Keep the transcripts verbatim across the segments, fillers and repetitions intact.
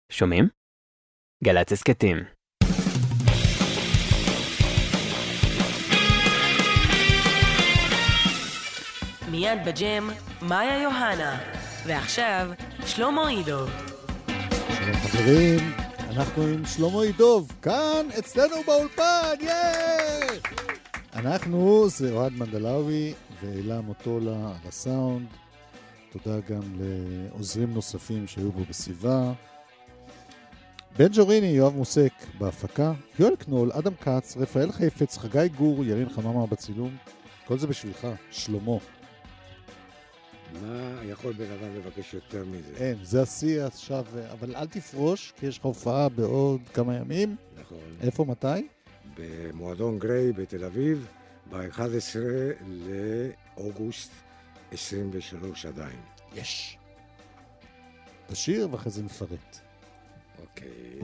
שומעים? גל"צ הסכתים. מיד בג'ם, מאיה יוהנה. ועכשיו, שלמה אידוב. שלום חברים, אנחנו עם שלמה אידוב, כאן אצלנו באולפן, יאי! אנחנו, זה אוהד מנדלאוי ואלה מוטולה על הסאונד. תודה גם לעוזרים נוספים שהיו בו בסביבה. בן ג'וריני, יואב מוסק בהפקה, יואל קנול, אדם קץ, רפאל חפץ, חגי גור, ירין חממה בצילום. כל זה בשבילך, שלמה. מה יכול בן אדם לבקש יותר מזה? אין, זה השיא עכשיו, אבל אל תפרוש, כי יש לך הופעה בעוד כמה ימים. נכון. איפה, מתי? במועדון גריי בתל אביב, ב-אחד עשר לאוגוסט עשרים ושלוש עדיין. יש. תשאיר ואחרי זה נפרט. אוקיי.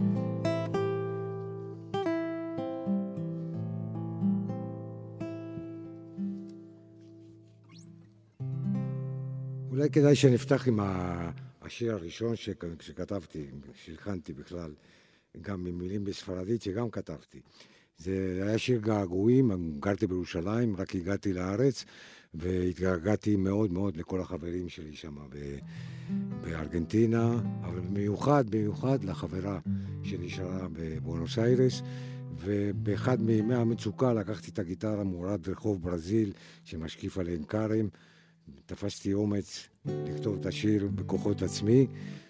אולי כדאי שנפתח עם השיר הראשון שכתבתי, שהלחנתי בכלל, גם עם מילים בספרדית שגם כתבתי. זה היה שיר געגועים, גרתי בירושלים, רק הגעתי לארץ, והתגעגעתי מאוד מאוד לכל החברים שלי שם בארגנטינה, אבל במיוחד, במיוחד לחברה שנשארה בבואנוס איירס, ובאחד מימי המצוקה לקחתי את הגיטרה מורד רחוב ברזיל שמשקיף על עין כרם, תפסתי אומץ לכתוב את השיר בכוחות עצמי,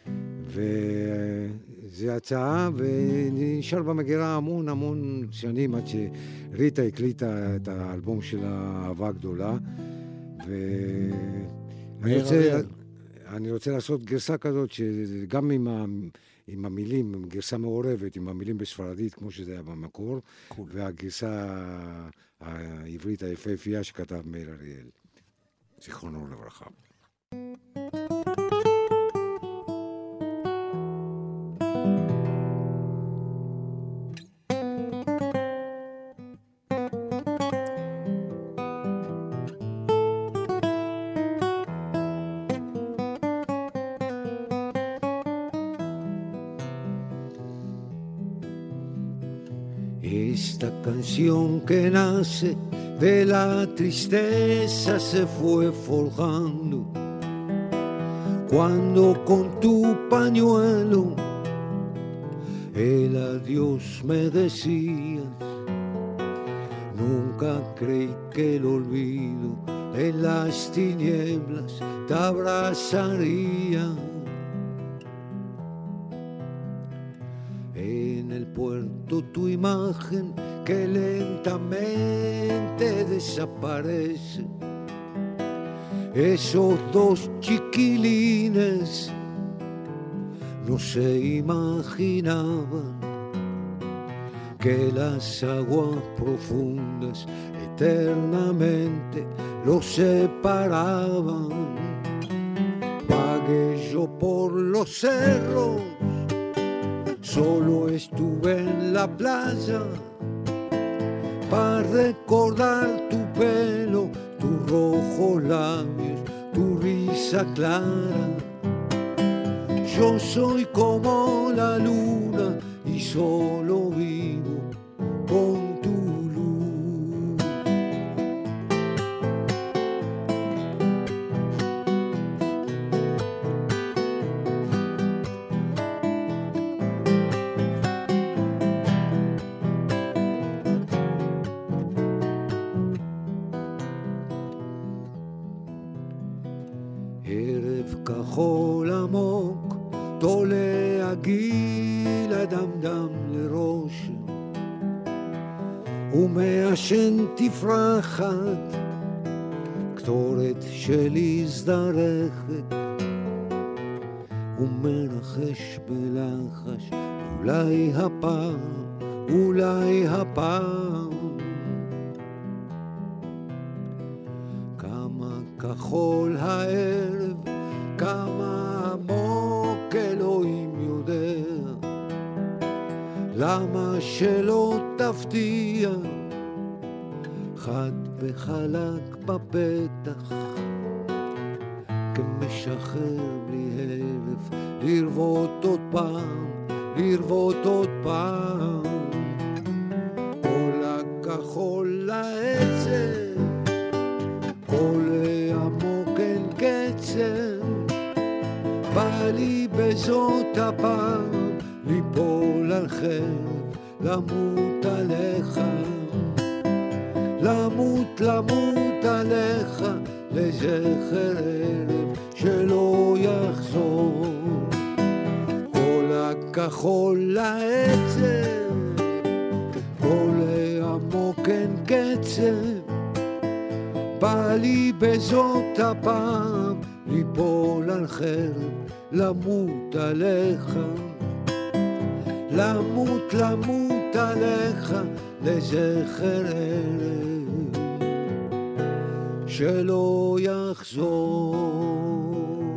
וזה הצעה, ונשאר במגירה המון המון שנים עד שריטה הקליטה את האלבום של האהבה הגדולה, ואני רוצה, אני רוצה לעשות גרסה כזאת שגם עם, ה, עם המילים, עם גרסה מעורבת, עם המילים בספרדית כמו שזה היה במקור, cool. והגרסה העברית היפהפייה שכתב מאיר אריאל. זיכרונו לברכה. Esta canción que nace de la tristeza se fue forjando cuando con tu pañuelo el adiós me decías. Nunca creí que el olvido en las tinieblas te abrazaría. En el puerto tu imagen que lentamente desaparece. Esos dos chiquilines no se imaginaban que las aguas profundas eternamente los separaban. Vagué yo por los cerros, solo estuve en la playa para recordar tu pelo, tus rojos labios, tu risa clara. Yo soy como la luna y solo vivo con tu luz. ערב כחול עמוק תולה הגיל אדם דם לראש ומעשן תפרחת קטורת של הזדרכת ומנחש בלחש אולי הפעם, אולי הפעם כמה כחול הערב, כמה עמוק אלוהים יודע, למה שלא תפתיע חד וחלק בפתח כמשחרר בלי הרף, לרבות עוד פעם, לרבות עוד פעם. כל הכחול לעצם, כל עמוק אין קצר, בא לי בזאת הפעם, ליפול על חרב, למות עליך, למות, למות עליך, לזכר ערב שלא יחזור. כל הכחול לעצם, כל עמוק אין קצב, בא לי בזאת הפעם, ליפול על חרב, למות עליך, למות, למות עליך, לזכר ערב שלא יחזור.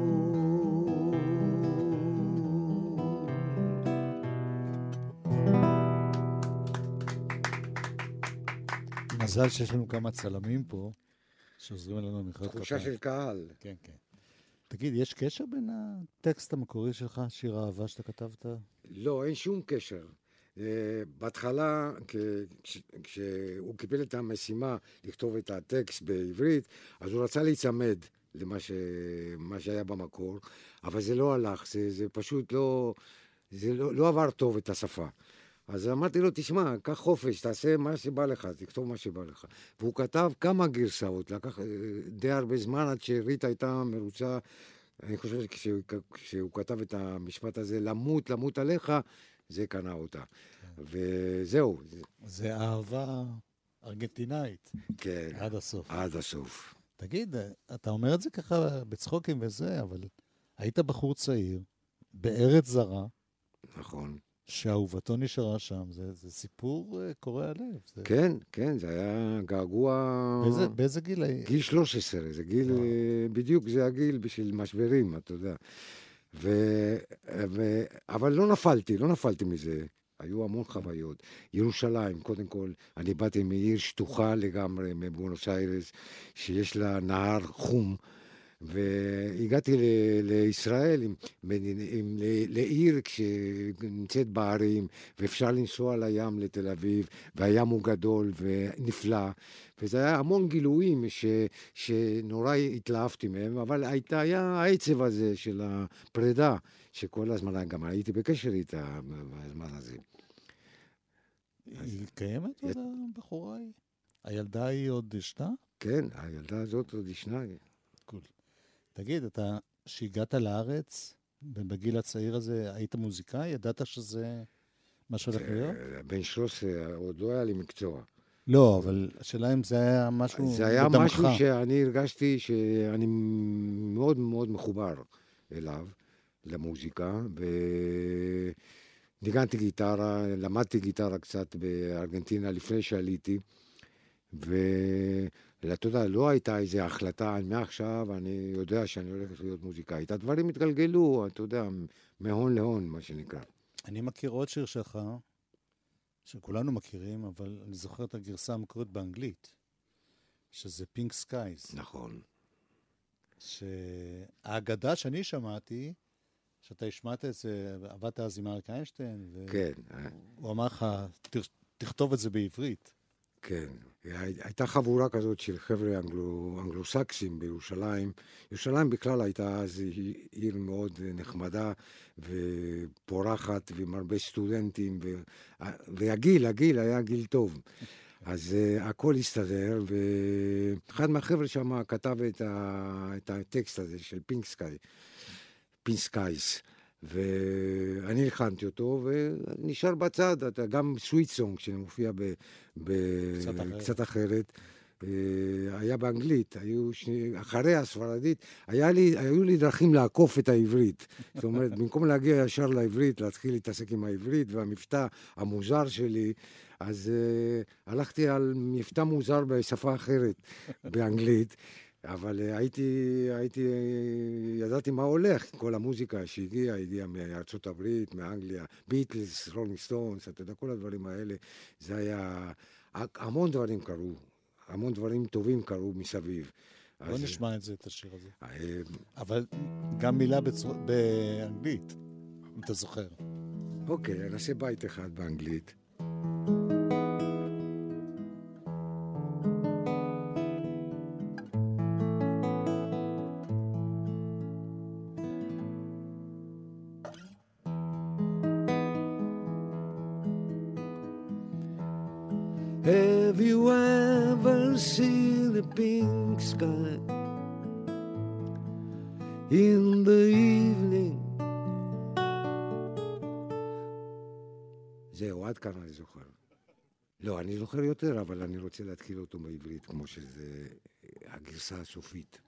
מזל שיש לנו כמה צלמים פה, שעוזרים לנו מחיאות כפיים. תחושה של קהל. כן, כן. תגיד, יש קשר בין הטקסט המקורי שלך, שיר האהבה שאתה כתבת? לא, אין שום קשר. Uh, בהתחלה, כש, כשהוא קיבל את המשימה לכתוב את הטקסט בעברית, אז הוא רצה להיצמד למה ש, מה שהיה במקור, אבל זה לא הלך, זה, זה פשוט לא, זה לא, לא עבר טוב את השפה. אז אמרתי לו, תשמע, קח חופש, תעשה מה שבא לך, תכתוב מה שבא לך. והוא כתב כמה גרסאות, לקח די הרבה זמן עד שריטה הייתה מרוצה. אני חושב שכשהוא, כשהוא כתב את המשפט הזה, למות, למות עליך, זה קנה אותה. וזהו. זה אהבה ארגנטינאית. כן. עד הסוף. עד הסוף. תגיד, אתה אומר את זה ככה בצחוקים וזה, אבל היית בחור צעיר, בארץ זרה. נכון. שאהובתו נשארה שם, זה, זה סיפור uh, קורע לב. זה... כן, כן, זה היה געגוע... באיזה, באיזה גיל? גיל שלוש עשרה, זה גיל, וואו. בדיוק זה הגיל בשביל משברים, אתה יודע. ו... ו... אבל לא נפלתי, לא נפלתי מזה. היו המון חוויות. ירושלים, קודם כל, אני באתי מעיר שטוחה לגמרי, מבואנוס איירס, שיש לה נהר חום, והגעתי ל- לישראל, עם, עם, עם, לעיר שנמצאת בערים, ואפשר לנסוע לים לתל אביב, והים הוא גדול ונפלא, וזה היה המון גילויים ש, שנורא התלהבתי מהם, אבל הייתה, היה העצב הזה של הפרידה, שכל הזמן גם הייתי בקשר איתה בזמן הזה. היא קיימת עוד הבחורה היא? הילדה היא עוד ישנה? כן, הילדה הזאת עוד ישנה. קול. תגיד, אתה, שהגעת לארץ, בגיל הצעיר הזה, היית מוזיקאי? ידעת שזה מה שהולך להיות? בן שלוש עשרה, עוד לא היה לי מקצוע. לא, אבל השאלה אם זה היה משהו בדמך. זה היה משהו שאני הרגשתי שאני מאוד מאוד מחובר אליו, למוזיקה, וניגנתי גיטרה, למדתי גיטרה קצת בארגנטינה לפני שעליתי, ואתה יודע, לא הייתה איזו החלטה, מעכשיו אני יודע שאני הולך להיות מוזיקאית. הדברים התגלגלו, אתה יודע, מהון להון, מה שנקרא. אני מכיר עוד שיר שלך, שכולנו מכירים, אבל אני זוכר את הגרסה המקורית באנגלית, שזה Pink Skies. נכון. שהאגדה שאני שמעתי, שאתה השמעת את זה, עבדת אז עם אריק איינשטיין, כן. והוא אמר לך, תכתוב את זה בעברית. כן. הייתה חבורה כזאת של חבר'ה אנגלו, אנגלוסקסים בירושלים. ירושלים בכלל הייתה אז עיר מאוד נחמדה ופורחת ועם הרבה סטודנטים, ו... והגיל, הגיל היה גיל טוב. אז uh, הכל הסתדר, ואחד מהחבר'ה שם כתב את, ה... את הטקסט הזה של פינק סקאי, פינק סקייס. ואני הלחנתי אותו, ונשאר בצד, אתה גם סוויט סונג, שמופיע ב, ב, קצת אחרת, היה באנגלית, היו שני, אחרי הספרדית, היה לי, היו לי דרכים לעקוף את העברית. זאת אומרת, במקום להגיע ישר לעברית, להתחיל להתעסק עם העברית, והמבטא המוזר שלי, אז uh, הלכתי על מבטא מוזר בשפה אחרת, באנגלית, אבל הייתי, הייתי, ידעתי מה הולך, כל המוזיקה שהגיעה, הגיעה מארצות הברית, מאנגליה, ביטלס, רולינג סטונס, אתה יודע, כל הדברים האלה, זה היה, המון דברים קרו, המון דברים טובים קרו מסביב, בוא נשמע את זה, את השיר הזה. אה, אבל גם מילה בצור... באנגלית, אם אתה זוכר. אוקיי, נעשה בית אחד באנגלית. Have you ever seen the pink sky in the evening? זהו, עד כאן אני זוכר. לא, אני זוכר יותר, אבל אני רוצה להתחיל אותו בעברית, כמו שזה הגרסה הסופית.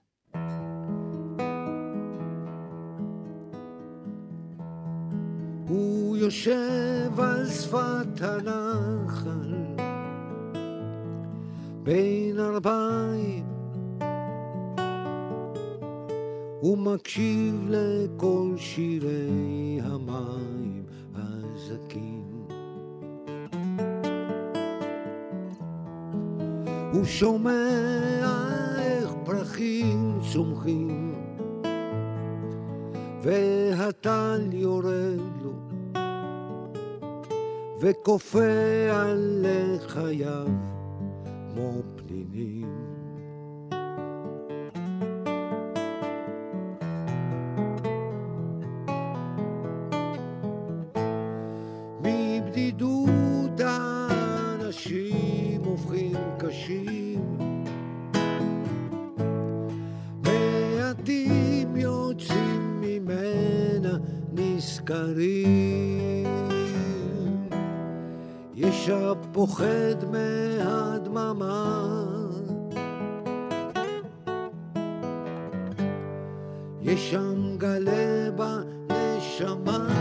הוא יושב על שפת הנחל בין ארבעים, הוא מקשיב לכל שירי המים הזקים. הוא שומע איך פרחים צומחים והטל יורד לו וכופה על חייו כמו פנינים. מבדידות האנשים הופכים קשים, מעטים יוצאים ממנה נזכרים. יש הפוחד מהדממה, יש שם גלה בנשמה.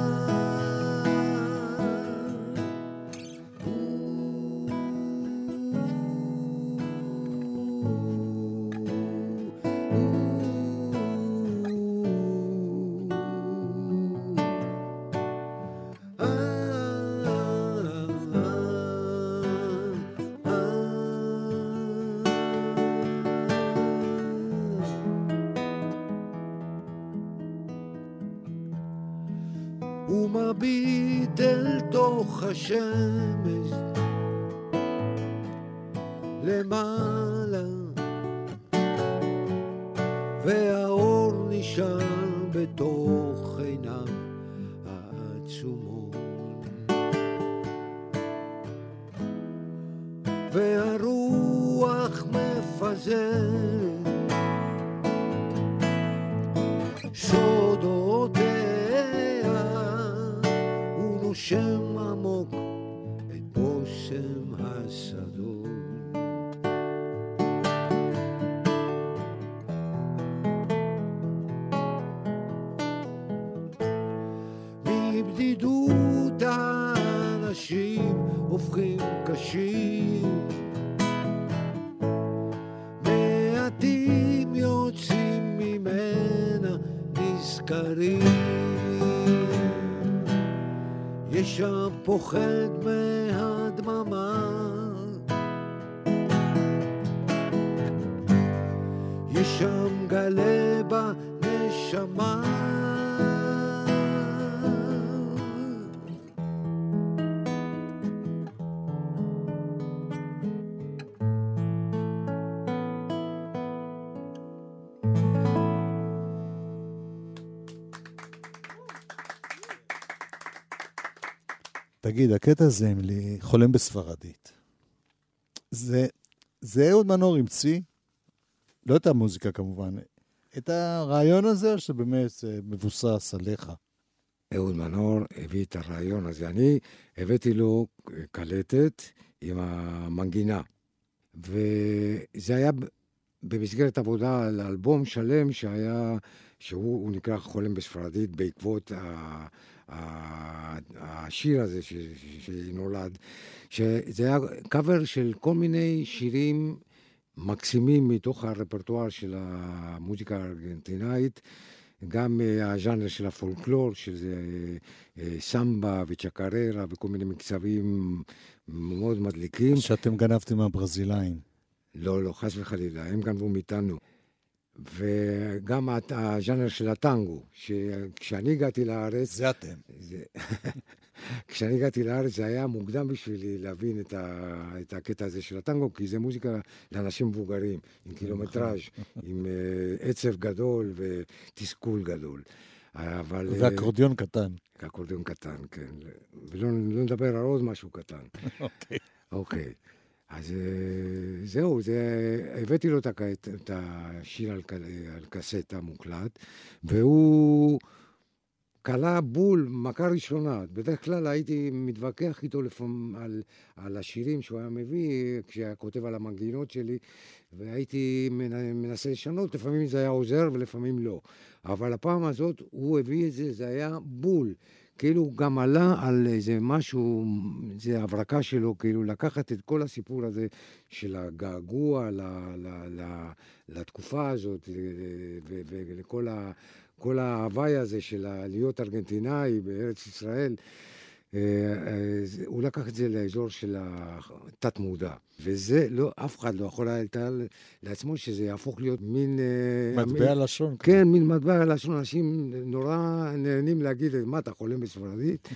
הוא מביט אל תוך השמש למעלה, והאור נשאר בתוך עיניו העצומות, והרוח מפזרת סודותיה, נושם עמוק את בושם השדות. מבדידות האנשים הופכים קשים, מעטים יוצאים ממנה נזכרים. יש שם פוחד מהדממה, יש שם גלה בנשמה. תגיד, הקטע הזה עם לי חולם בספרדית. זה, זה אהוד מנור המציא, לא את המוזיקה כמובן, את הרעיון הזה, או שבאמת זה מבוסס עליך? אהוד מנור הביא את הרעיון הזה. אני הבאתי לו קלטת עם המנגינה, וזה היה במסגרת עבודה על אלבום שלם שהיה, שהוא נקרא חולם בספרדית, בעקבות ה... השיר הזה שנולד, שזה היה קאבר של כל מיני שירים מקסימים מתוך הרפרטואר של המוזיקה הארגנטינאית, גם הז'אנר של הפולקלור, שזה סמבה וצ'קררה וכל מיני מקצבים מאוד מדליקים. שאתם גנבתם מהברזילאים. לא, לא, חס וחלילה, הם גנבו מאיתנו. וגם הז'אנר של הטנגו, שכשאני הגעתי לארץ... זה אתם. זה... כשאני הגעתי לארץ זה היה מוקדם בשבילי להבין את, ה... את הקטע הזה של הטנגו, כי זה מוזיקה לאנשים מבוגרים, עם קילומטראז', עם uh, עצב גדול ותסכול גדול. אבל... ואקורדיון קטן. אקורדיון קטן, כן. ולא לא נדבר על עוד משהו קטן. אוקיי. אוקיי. אז זהו, זה, הבאתי לו את השיר על, על קסטה מוקלט, והוא קלה בול מכה ראשונה. בדרך כלל הייתי מתווכח איתו לפעמים על, על השירים שהוא היה מביא, כשהיה כותב על המנגינות שלי, והייתי מנסה לשנות, לפעמים זה היה עוזר ולפעמים לא. אבל הפעם הזאת הוא הביא את זה, זה היה בול. כאילו הוא גם עלה על איזה משהו, זה הברקה שלו, כאילו לקחת את כל הסיפור הזה של הגעגוע ל, ל, ל, לתקופה הזאת, ולכל ה, כל ההוואי הזה של להיות ארגנטינאי בארץ ישראל, הוא לקח את זה לאזור של התת מודע. וזה לא, אף אחד לא יכול היה לתאר לעצמו שזה יהפוך להיות מין... מטבע לשון. כן, מין מטבע לשון. אנשים נורא נהנים להגיד, מה, אתה חולם בספרדית?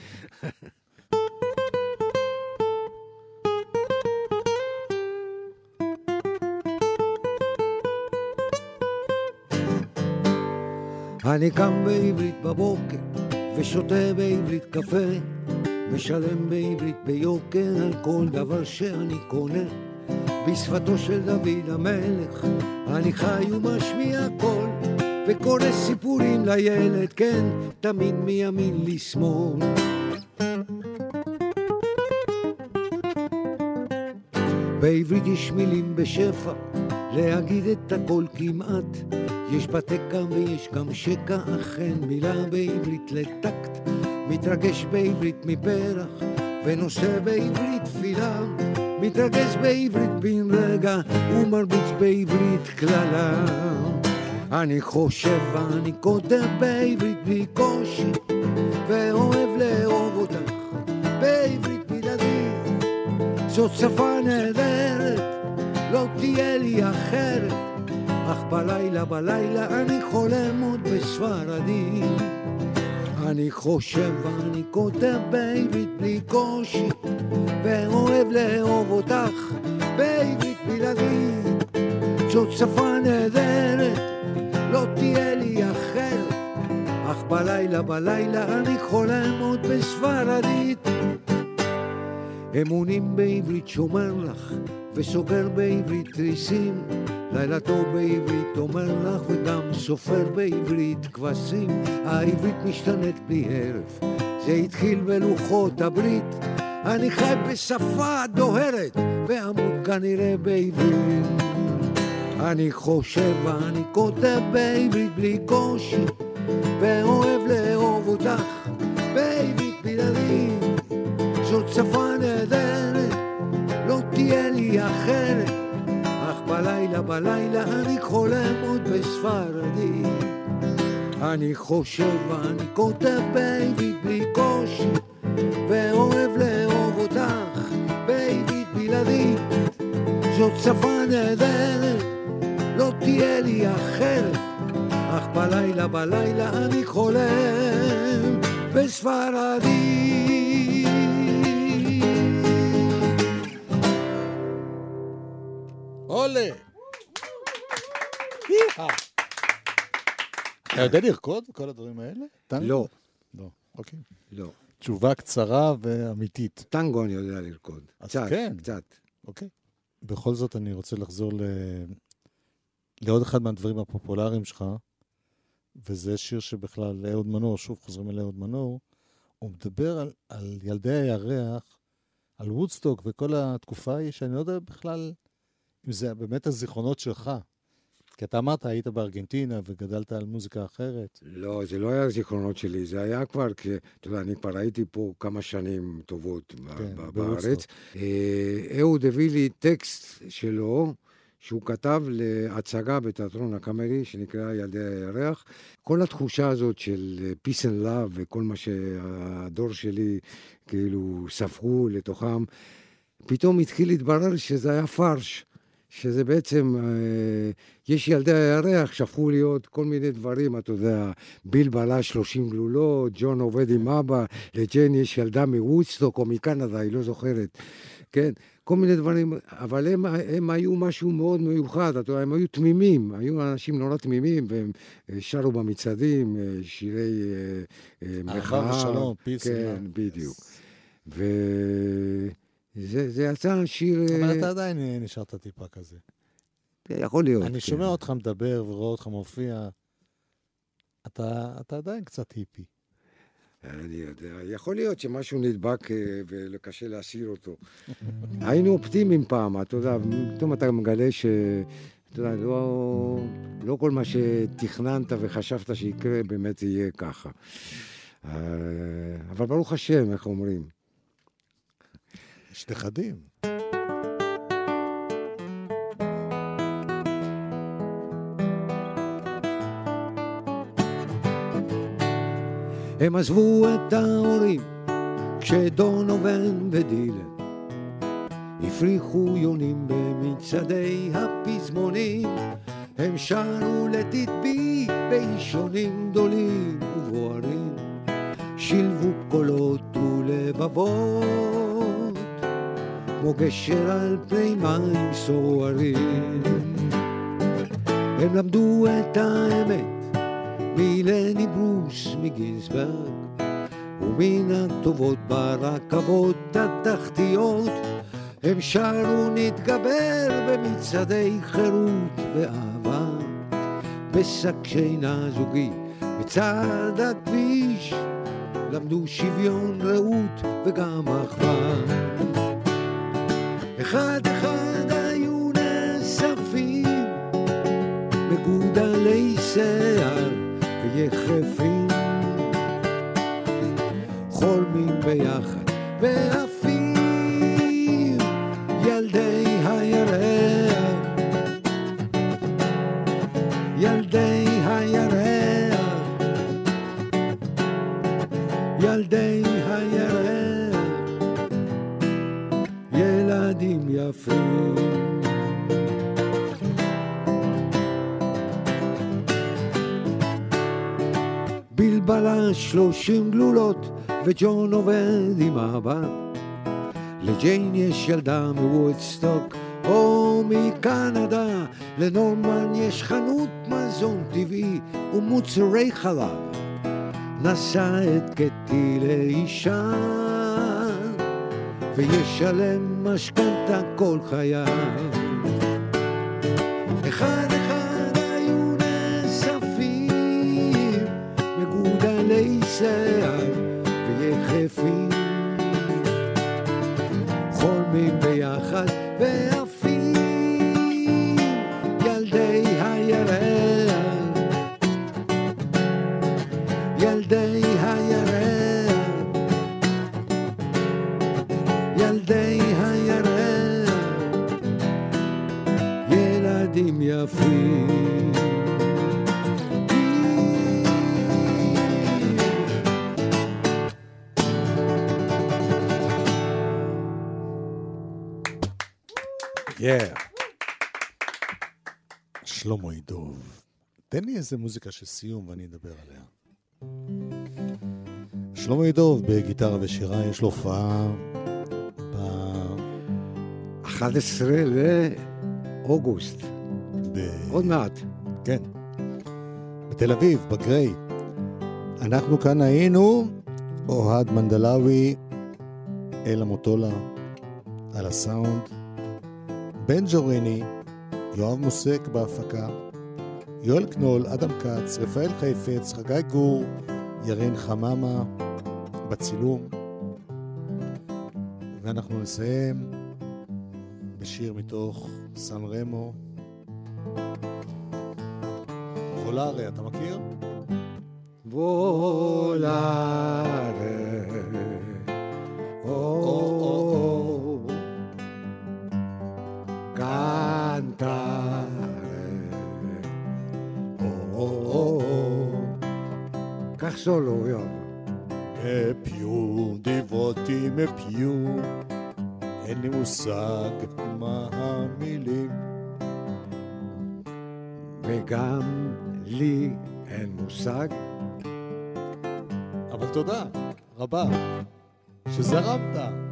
אני קם בעברית בבוקר ושותה בעברית קפה, משלם בעברית ביוקר על כל דבר שאני קונה. בשפתו של דוד המלך אני חי ומשמיע קול, וקורא סיפורים לילד, כן, תמיד מימין לשמאל. בעברית יש מילים בשפע, להגיד את הכל כמעט. יש בתקה ויש גם שקע, אכן מילה בעברית לטקט. מתרגש בעברית מפרח ונושא בעברית תפילה, מתרגש בעברית בן רגע ומרביץ בעברית כללה. אני חושב ואני כותב בעברית בלי קושי, ואוהב לאהוב אותך בעברית בלעדית. זאת שפה נהדרת, לא תהיה לי אחרת, אך בלילה בלילה אני חולם עוד בספרדית. אני חושב ואני כותב בעברית בלי קושי, ואוהב לאהוב אותך בעברית בלעדית. זאת שפה נהדרת, לא תהיה לי אחרת, אך בלילה בלילה אני חולם עוד בספרדית. אמונים בעברית שומר לך, וסוגר בעברית תריסים, לילה טוב בעברית אומר לך, וגם סופר בעברית כבשים. העברית משתנית בלי הרף, זה התחיל בלוחות הברית. אני חי בשפה דוהרת, ועמוד כנראה בעברית. אני חושב ואני כותב בעברית בלי קושי, ואוהב לאהוב אותך בעברית בלעדית. זאת שפה נהדרת, לא תהיה לי אחרת, אך בלילה בלילה אני חולם עוד בספרדית. אני חושב ואני כותב בעברית בלי קושי, ואוהב לאהוב אותך בעברית בלעדית. זאת שפה נהדרת, לא תהיה לי אחרת, אך בלילה בלילה אני חולם בספרדית. עולה! אתה יודע לרקוד כל הדברים האלה? לא. לא, אוקיי. לא. תשובה קצרה ואמיתית. טנגו אני יודע לרקוד. אז כן. קצת. אוקיי. בכל זאת אני רוצה לחזור ל... לעוד אחד מהדברים הפופולריים שלך, וזה שיר שבכלל, אהוד מנור, שוב חוזרים אל אהוד מנור, הוא מדבר על, על ילדי הירח, על וודסטוק וכל התקופה ההיא, שאני לא יודע בכלל אם זה באמת הזיכרונות שלך. כי אתה אמרת, היית בארגנטינה וגדלת על מוזיקה אחרת. לא, זה לא היה זיכרונות שלי, זה היה כבר, כי, אתה יודע, אני כבר הייתי פה כמה שנים טובות כן, בארץ. אהוד הביא לי טקסט שלו, שהוא כתב להצגה בתיאטרון הקאמרי, שנקרא ילדי הירח. כל התחושה הזאת של peace and love וכל מה שהדור שלי כאילו ספרו לתוכם, פתאום התחיל להתברר שזה היה פרש, שזה בעצם, יש ילדי הירח שהפכו להיות כל מיני דברים, אתה יודע, ביל בלה שלושים גלולות, ג'ון עובד עם אבא, לג'ן יש ילדה מוודסטוק או מקנדה, היא לא זוכרת, כן? כל מיני דברים, אבל הם, הם היו משהו מאוד מיוחד, אתה יודע, הם היו תמימים, היו אנשים נורא תמימים, והם שרו במצעדים, שירי מחאה. אהבה ושלום, פיס. כן, בדיוק. וזה יצא שיר... אבל אתה עדיין נשארת טיפה כזה. יכול להיות. אני שומע אותך מדבר ורואה אותך מופיע, אתה עדיין קצת היפי. אני יודע, יכול להיות שמשהו נדבק ולקשה להסיר אותו. היינו אופטימיים פעם, אתה יודע, פתאום אתה מגלה ש... אתה יודע, לא, לא כל מה שתכננת וחשבת שיקרה באמת יהיה ככה. אבל ברוך השם, איך אומרים? יש נכדים. הם עזבו את ההורים כשדונובן ודילן הפריחו יונים במצעדי הפזמונים. הם שרו לתדבי באישונים גדולים ובוערים, שילבו קולות ולבבות כמו גשר על פני מים סוערים. הם למדו את האמת מלני ברוס מגינסברג ומן הכתובות ברכבות התחתיות. הם שרו נתגבר במצעדי חירות ואהבה, בשק שינה זוגי בצד הכביש למדו שוויון רעות וגם אחווה. אחד אחד היו נאספים מגודלי שיער ויחפים, חולמים ביחד ועפים ילדי הירח, ילדי הירח, ילדי הירח, ילדים יפים. בלבלה שלושים גלולות וג'ון עובד עם אבא, לג'יין יש ילדה מוודסטוק או מקנדה, לנורמן יש חנות מזון טבעי ומוצרי חלב, נשא את קטי לאישה וישלם משכנתה כל חייו. אחד אחד היו נאספים מגודלי שיער ויחפים, חולמים ביחד ועפים ילדי הירח, ילדי הירח, ילדי הירח, ילדים יפים. Yeah. שלמה דוב. תן לי איזה מוזיקה של סיום ואני אדבר עליה. שלמה דוב בגיטרה ושירה, יש לו הופעה ב-אחד עשר לאוגוסט. ב... עוד מעט. כן. בתל אביב, בגריי. אנחנו כאן היינו, אוהד מנדלאוי, אלה מוטולה, על הסאונד, בן ג'וריני, יואב מוסק בהפקה, יואל קנול, אדם קץ, רפאל חיפץ, חגי גור, ירין חממה בצילום. ואנחנו נסיים בשיר מתוך סן רמו, וולארה, אתה מכיר? וולארה, או כך סולו, יאללה. מפיו, דיברותי מפיו, אין לי מושג מה המילים, וגם לי אין מושג. אבל תודה רבה שזרמת.